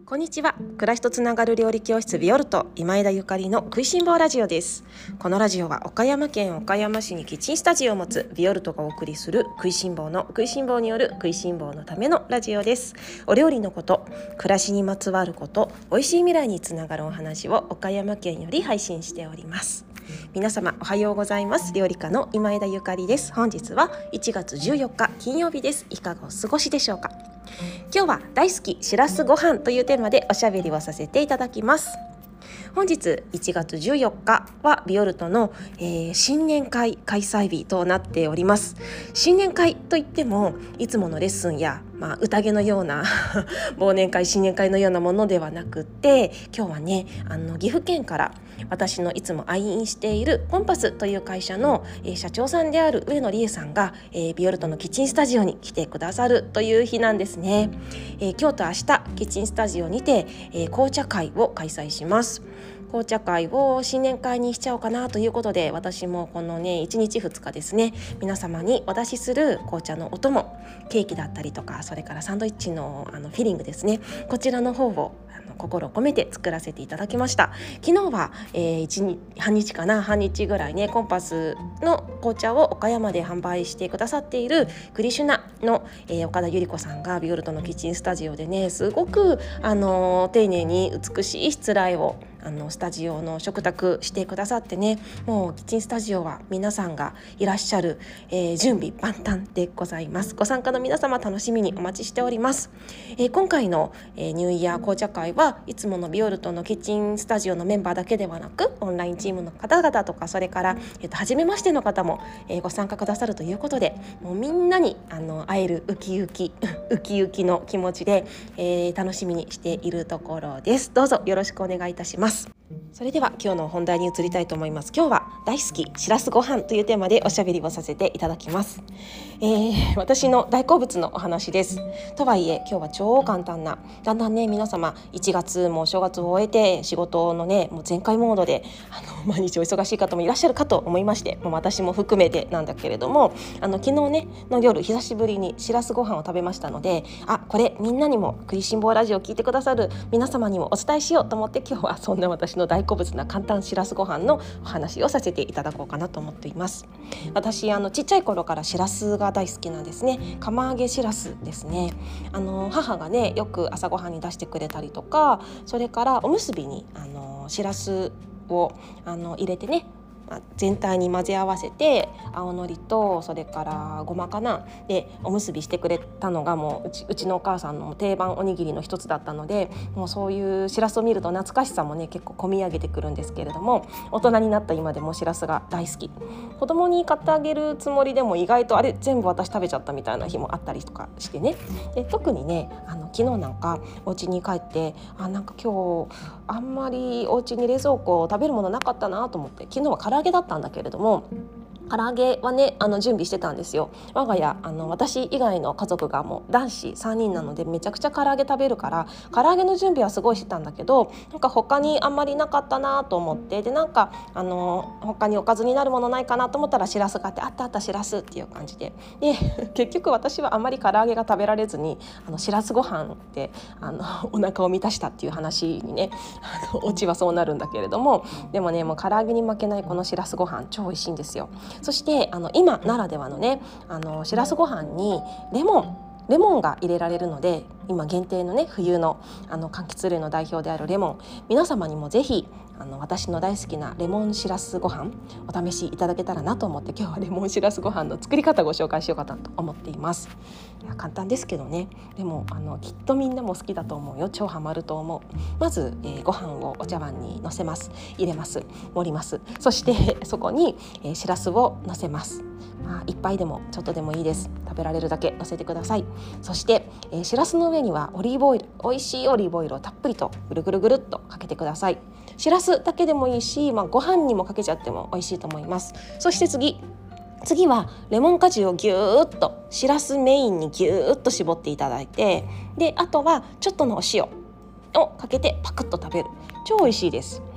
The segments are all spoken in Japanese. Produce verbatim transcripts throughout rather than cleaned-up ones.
こんにちは。暮らしとつながる料理教室ビオルト今枝ゆかりの食いしん坊ラジオです。このラジオは岡山県岡山市にキッチンスタジオを持つビオルトがお送りする食いしん坊の食いしん坊による食いしん坊のためのラジオです。お料理のこと、暮らしにまつわること、美味しい未来につながるお話を岡山県より配信しております。皆様おはようございます。料理家の今枝ゆかりです。本日はいちがつじゅうよっか金曜日です。いかがお過ごしでしょうか。今日は大好きしらすご飯というテーマでおしゃべりをさせていただきます。本日いちがつじゅうよっかはビオルトの、えー、新年会開催日となっております。新年会といってもいつものレッスンや、まあ、宴のような忘年会新年会のようなものではなくて、今日はねあの岐阜県から私のいつも愛飲しているコンパスという会社の、えー、社長さんである上野理恵さんが、えー、ビオルトのキッチンスタジオに来てくださるという日なんですね。えー、今日と明日キッチンスタジオにて、えー、紅茶会を開催します。紅茶会を新年会にしちゃおうかなということで、私もこのねいちにちふつかですね、皆様にお出しする紅茶のお供、ケーキだったりとか、それからサンドイッチのあのフィリングですね、こちらの方をあの心を込めて作らせていただきました。昨日は、えー、いちに半日かな半日ぐらいね、コンパスの紅茶を岡山で販売してくださっているクリシュナの、えー、岡田由里子さんがビオルトのキッチンスタジオでね、すごく、あのー、丁寧に美しいしつらいをあのスタジオの食卓してくださってね、もうキッチンスタジオは皆さんがいらっしゃる、えー、準備万端でございます。ご参加の皆様楽しみにお待ちしております。えー、今回の、えー、ニューイヤー紅茶会はいつものビオルトのキッチンスタジオのメンバーだけではなく、オンラインチームの方々とか、それから、えー、と初めましての方も、えー、ご参加くださるということで、もうみんなにあの会えるウキウキウキウキの気持ちで、えー、楽しみにしているところです。どうぞよろしくお願いいたします。それでは今日の本題に移りたいと思います。今日は大好きしらすご飯というテーマでおしゃべりをさせていただきます。えー、私の大好物のお話です。とはいえ今日は超簡単な、だんだんね皆様いちがつもお正月を終えて仕事のねもう全開モードであの毎日お忙しい方もいらっしゃるかと思いまして、もう私も含めてなんだけれども、あの昨日ねの夜久しぶりにしらすご飯を食べましたので、あこれみんなにも食いしん坊ラジオを聞いてくださる皆様にもお伝えしようと思って、今日はそんな私の大好物な簡単しらすご飯のお話をさせていただこうかなと思っています。私あのちっちゃい頃からしらすが大好きなんですね。釜揚げしらすですね。あの母がねよく朝ごはんに出してくれたりとか、それからおむすびにあのしらすをあの入れてね、全体に混ぜ合わせて青のりとそれからごまかなでおむすびしてくれたのがもううち、うちのお母さんの定番おにぎりの一つだったので、もうそういうしらすを見ると懐かしさもね結構込み上げてくるんですけれども、大人になった今でもしらすが大好き。子供に買ってあげるつもりでも意外とあれ全部私食べちゃったみたいな日もあったりとかしてね。で特にねあの昨日なんかお家に帰ってあなんか今日あんまりお家に冷蔵庫食べるものなかったなと思って、昨日は唐揚げだったんだけれども、唐揚げはねあの準備してたんですよ。我が家あの私以外の家族がもう男子さんにんなのでめちゃくちゃ唐揚げ食べるから、唐揚げの準備はすごいしてたんだけど、なんか他にあんまりなかったなと思って、でなんかあの他におかずになるものないかなと思ったらしらすがあって、あったあったしらすっていう感じで、で結局私はあんまり唐揚げが食べられずに、あのしらすご飯であのお腹を満たしたっていう話にね、あのオチはそうなるんだけれども、でもねもう唐揚げに負けないこのしらすご飯超美味しいんですよ。そしてあの今ならではのねあのしらすご飯にレモンレモンが入れられるので、今限定のね冬のあの柑橘類の代表であるレモン、皆様にもぜひあの私の大好きなレモンしらすご飯お試しいただけたらなと思って、今日はレモンしらすご飯の作り方をご紹介しようかなと思っています。いや簡単ですけどね、でもあのきっとみんなも好きだと思うよ。超ハマると思う。まず、えー、ご飯をお茶碗にのせます。入れます。盛ります。そしてそこに、えー、しらすをのせます。まあ、いっぱいでもちょっとでもいいです。食べられるだけのせてください。そして、えー、しらすの上にはオリーブオイル、美味しいオリーブオイルをたっぷりとぐるぐるぐるっとかけてください。しらすだけでもいいし、まあ、ご飯にもかけちゃっても美味しいと思います。そして次次はレモン果汁をぎゅーっとしらすメインにぎゅーっと絞っていただいて、であとはちょっとのお塩をかけてパクッと食べる。超美味しいです。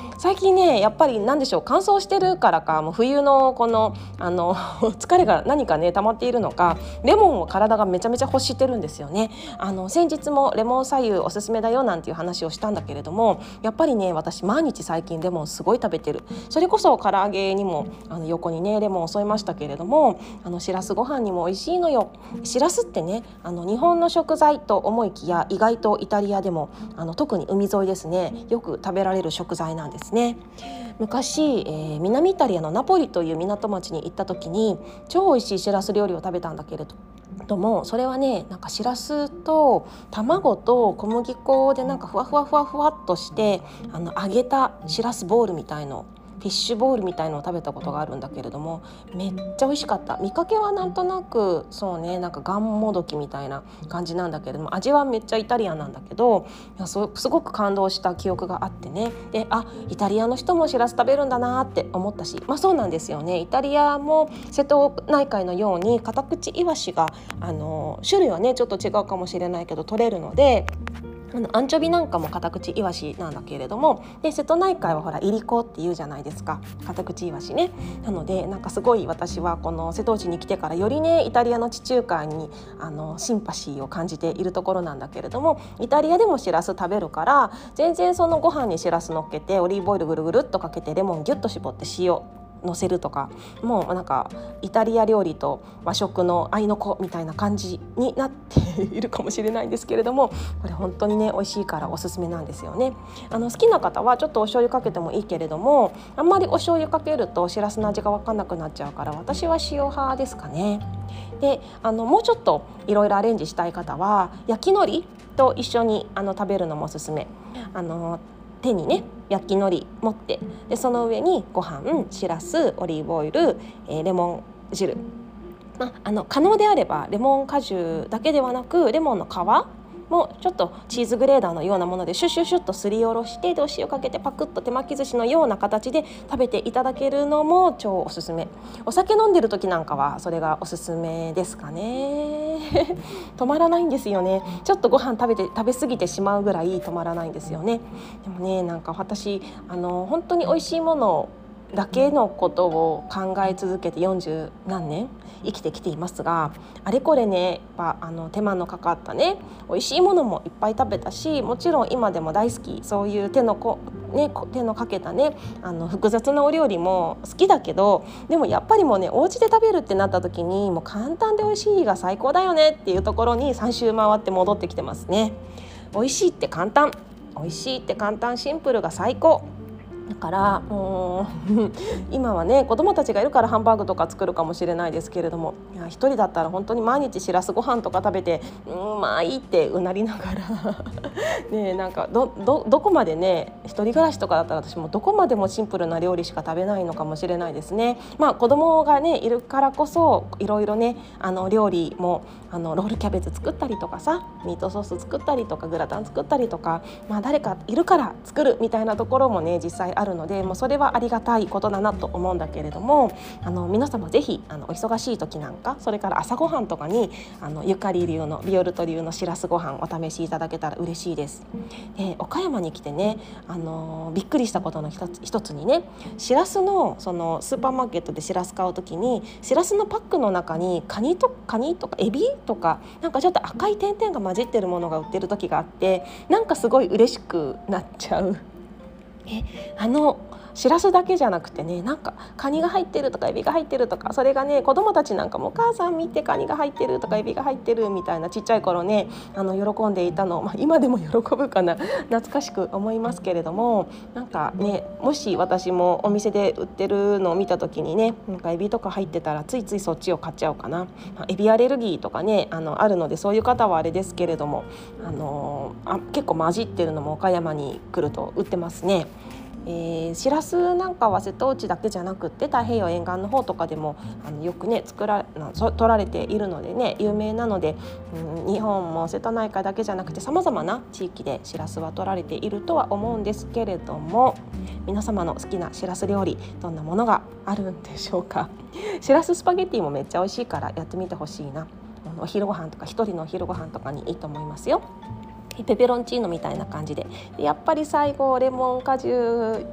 最近ねやっぱり何でしょう、乾燥してるからか、もう冬のこのあの疲れが何かね溜まっているのか、レモンを体がめちゃめちゃ欲してるんですよね。あの先日もレモン左右おすすめだよなんていう話をしたんだけれども、やっぱりね私毎日最近レモンすごい食べてる。それこそ唐揚げにもあの横にねレモンを添えましたけれども、あのしらすご飯にも美味しいのよ。しらすってね、あの日本の食材と思いきや意外とイタリアでもあの特に海沿いですね、よく食べられる食材なんですね。昔、えー、南イタリアのナポリという港町に行った時に超美味しいしらす料理を食べたんだけれども、それはねなんかしらすと卵と小麦粉でなんかふわふわふわふわっとしてあの揚げたしらすボールみたいの、フィッシュボールみたいのを食べたことがあるんだけれども、めっちゃ美味しかった。見かけはなんとなくそうね、なんかがんもどきみたいな感じなんだけれども、味はめっちゃイタリアンなんだけど、いやすごく感動した記憶があってね。で、あ、イタリアの人もしらす食べるんだなって思ったし、まあそうなんですよね。イタリアも瀬戸内海のようにカタクチイワシがあの種類はねちょっと違うかもしれないけど取れるので、あのアンチョビなんかもカタクチイワシなんだけれども、で瀬戸内海はほらイリコっていうじゃないですか、カタクチイワシね。なのでなんかすごい私はこの瀬戸内に来てからよりねイタリアの地中海にあのシンパシーを感じているところなんだけれども、イタリアでもしらす食べるから全然そのご飯にしらす乗っけてオリーブオイルぐるぐるっとかけてレモンギュッと絞って塩乗せるとか、もうなんかイタリア料理と和食の合いの子みたいな感じになっているかもしれないんですけれども、これ本当にね美味しいからおすすめなんですよね。あの好きな方はちょっとお醤油かけてもいいけれども、あんまりお醤油かけるとしらすの味が分かんなくなっちゃうから、私は塩派ですかね。で、あのもうちょっといろいろアレンジしたい方は焼き海苔と一緒にあの食べるのもおすすめ。あの手にね焼き海苔持って、でその上にご飯、しらす、オリーブオイル、えー、レモン汁、まあ、あの可能であればレモン果汁だけではなくレモンの皮もちょっとチーズグレーダーのようなものでシュッシュッシュッとすりおろして、でお塩かけてパクッと手巻き寿司のような形で食べていただけるのも超おすすめ。お酒飲んでる時なんかはそれがおすすめですかね止まらないんですよね。ちょっとご飯食べて食べ過ぎてしまうぐらい止まらないんですよね。でもね、なんか私あの本当に美味しいものだけのことを考え続けてよんじゅうなんねん生きてきていますが、あれこれねやっぱあの手間のかかったね美味しいものもいっぱい食べたし、もちろん今でも大好き、そういう手のこ、ね、手のかけたねあの複雑なお料理も好きだけど、でもやっぱりもうねお家で食べるってなった時にもう簡単で美味しいが最高だよねっていうところにさん周回って戻ってきてますね。美味しいって簡単、美味しいって簡単、シンプルが最高だからもう今はね子供たちがいるからハンバーグとか作るかもしれないですけれども、いや一人だったら本当に毎日しらすご飯とか食べてうまいってうなりながらね、なんか ど, ど, どこまでね一人暮らしとかだったら私もどこまでもシンプルな料理しか食べないのかもしれないですね。まあ子供がねいるからこそいろいろねあの料理もあのロールキャベツ作ったりとかさ、ミートソース作ったりとかグラタン作ったりとか、まあ誰かいるから作るみたいなところもね実際あるので、もうそれはありがたいことだなと思うんだけれども、あの皆様ぜひあのお忙しい時なんか、それから朝ごはんとかにあのゆかり流のビオルト流のしらすご飯お試しいただけたら嬉しいです。で岡山に来てね、あのびっくりしたことの一つ一つにね、しらすのそのスーパーマーケットでしらす買う時にしらすのパックの中にカニとカニとかエビとかなんかちょっと赤い点々が混じってるものが売ってる時があって、なんかすごい嬉しくなっちゃう。えあのしらすだけじゃなくてね、なんかカニが入ってるとかエビが入ってるとか、それがね子供たちなんかもお母さん見てカニが入ってるとかエビが入ってるみたいなちっちゃい頃ねあの喜んでいたの、まあ、今でも喜ぶかな懐かしく思いますけれども、なんかねもし私もお店で売ってるのを見た時にねなんかエビとか入ってたらついついそっちを買っちゃおうかな、まあ、エビアレルギーとかね あのあるのでそういう方はあれですけれども、あのあ結構混じってるのも岡山に来ると売ってますね。えー、しらすなんかは瀬戸内だけじゃなくって太平洋沿岸の方とかでもあのよくね作ら取られているのでね有名なので、うん、日本も瀬戸内海だけじゃなくてさまざまな地域でしらすは取られているとは思うんですけれども、皆様の好きなしらす料理どんなものがあるんでしょうか。しらすスパゲッティもめっちゃ美味しいからやってみてほしいな。お昼ご飯とか一人のお昼ご飯とかにいいと思いますよ。ペペロンチーノみたいな感じで、でやっぱり最後レモン果汁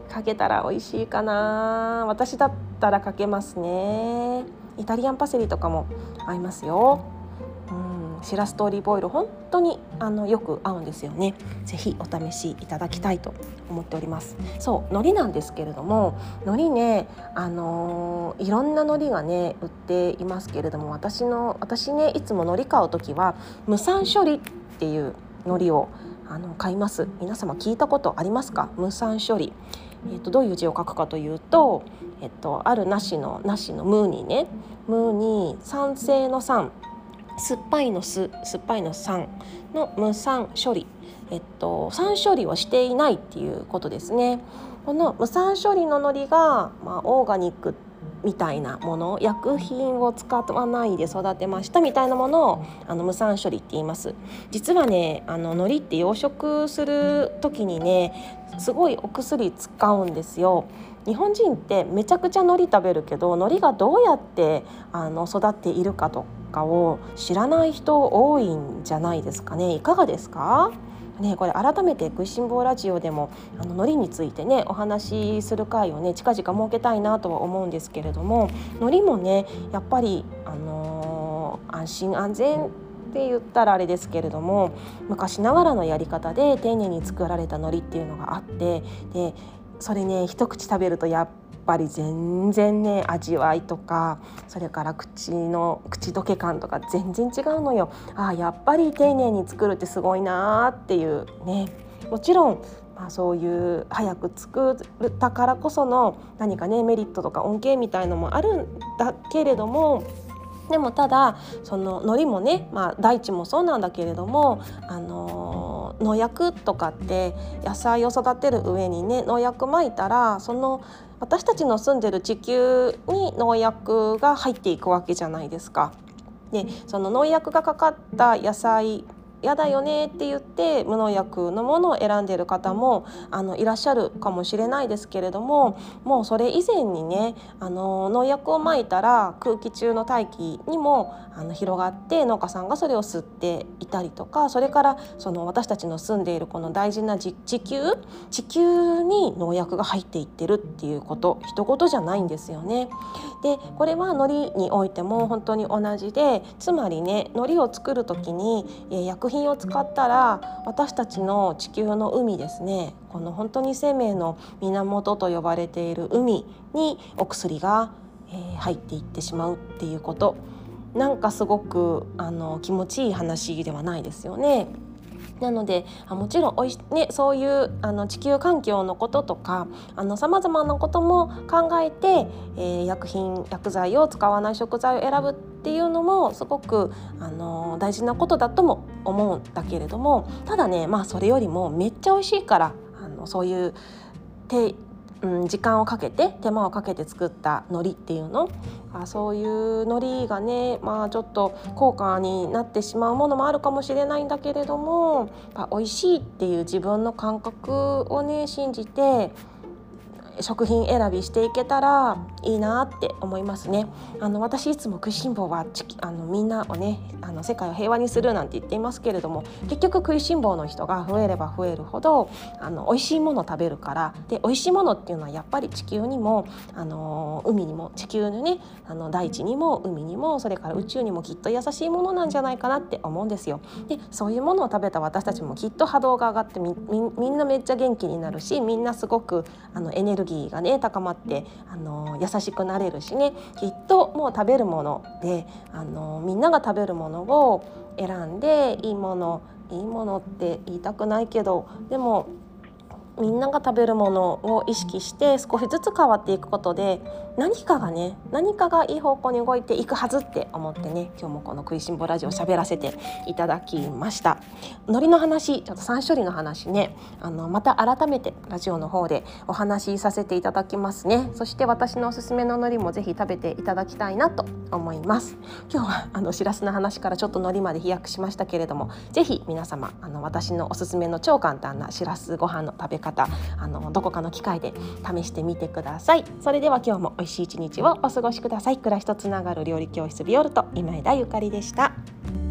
かけたら美味しいかな。私だったらかけますね。イタリアンパセリとかも合いますよ。うん、しらすとオリーブオイル本当にあのよく合うんですよね。ぜひお試しいただきたいと思っております。そう海苔なんですけれども、海苔ね、あのー、いろんな海苔がね売っていますけれども、私の私ねいつも海苔買うときは無酸処理っていう海苔をあの買います。皆様聞いたことありますか？無酸処理、えー、とどういう字を書くかというと、えっと、あるなしのなしの無にね、無に酸性の酸、酸っぱいの酢、酸っぱいの酸の無酸処理、えっと、酸処理をしていないっていうことですね。この無酸処理の海苔が、まあ、オーガニックみたいなもの、薬品を使わないで育てましたみたいなものをあの無酸処理って言います。実はね、あの海苔って養殖する時にねすごいお薬使うんですよ。日本人ってめちゃくちゃ海苔食べるけど、海苔がどうやってあの育っているかとかを知らない人多いんじゃないですかね。いかがですかね。これ改めて食いしん坊ラジオでもあの海苔についてねお話しする回をね近々設けたいなとは思うんですけれども、海苔もねやっぱり、あのー、安心安全って言ったらあれですけれども、昔ながらのやり方で丁寧に作られた海苔っていうのがあって、でそれね一口食べるとやっぱり全然ね味わいとか、それから口の口どけ感とか全然違うのよ。ああやっぱり丁寧に作るってすごいなっていうね。もちろん、まあ、そういう早く作ったからこその何かねメリットとか恩恵みたいのもあるんだけれども、でもただその海苔もね、まあ、大地もそうなんだけれども、あのー、農薬とかって野菜を育てる上にね農薬撒いたら、その私たちの住んでる地球に農薬が入っていくわけじゃないですか。でその農薬がかかった野菜やだよねって言って無農薬のものを選んでいる方もあのいらっしゃるかもしれないですけれども、もうそれ以前にねあの農薬を撒いたら空気中の大気にもあの広がって農家さんがそれを吸っていたりとか、それからその私たちの住んでいるこの大事な地球地球に農薬が入っていってるっていうこと、一言じゃないんですよね。でこれは海苔においても本当に同じで、つまりね海苔を作る時に、えー、薬品を使ったら私たちの地球の海ですね、この本当に生命の源と呼ばれている海にお薬が、えー、入っていってしまうっていうこと、なんかすごくあの気持ちいい話ではないですよね。なのでもちろんおいし、ね、そういうあの地球環境のこととかさまざまなことも考えて、えー、薬品薬剤を使わない食材を選ぶっていうのもすごくあの大事なことだとも思うんだけれども、ただね、まあ、それよりもめっちゃ美味しいからあのそういう手うん、時間をかけて手間をかけて作った海苔っていうの、あそういう海苔がね、まあ、ちょっと高価になってしまうものもあるかもしれないんだけれども、美味しいっていう自分の感覚をね信じて食品選びしていけたらいいなって思いますね。あの私いつも食いしん坊はあのみんなをねあの世界を平和にするなんて言っていますけれども、結局食いしん坊の人が増えれば増えるほどあの美味しいものを食べるから、で美味しいものっていうのはやっぱり地球にもあの海にも地球のねあの大地にも海にもそれから宇宙にもきっと優しいものなんじゃないかなって思うんですよ。でそういうものを食べた私たちもきっと波動が上がって み, み, みんなめっちゃ元気になるし、みんなすごくあのエネルギーがね高まってあの優しくなれるしね、きっともう食べるものであのみんなが食べるものを選んでいいものいいものって言いたくないけど、でもみんなが食べるものを意識して少しずつ変わっていくことで何かがね何かがいい方向に動いていくはずって思ってね、今日もこの食いしん坊ラジオ喋らせていただきました。海苔の話、ちょっと酸処理の話ね、あのまた改めてラジオの方でお話しさせていただきますね。そして私のおすすめの海苔もぜひ食べていただきたいなと思います。今日はあのしらすの話からちょっと海苔まで飛躍しましたけれども、ぜひ皆様あの私のおすすめの超簡単なしらすご飯の食べ方あのどこかの機会で試してみてください。それでは今日も美味しい一日をお過ごしください。暮らしとつながる料理教室ビオルト今枝ゆかりでした。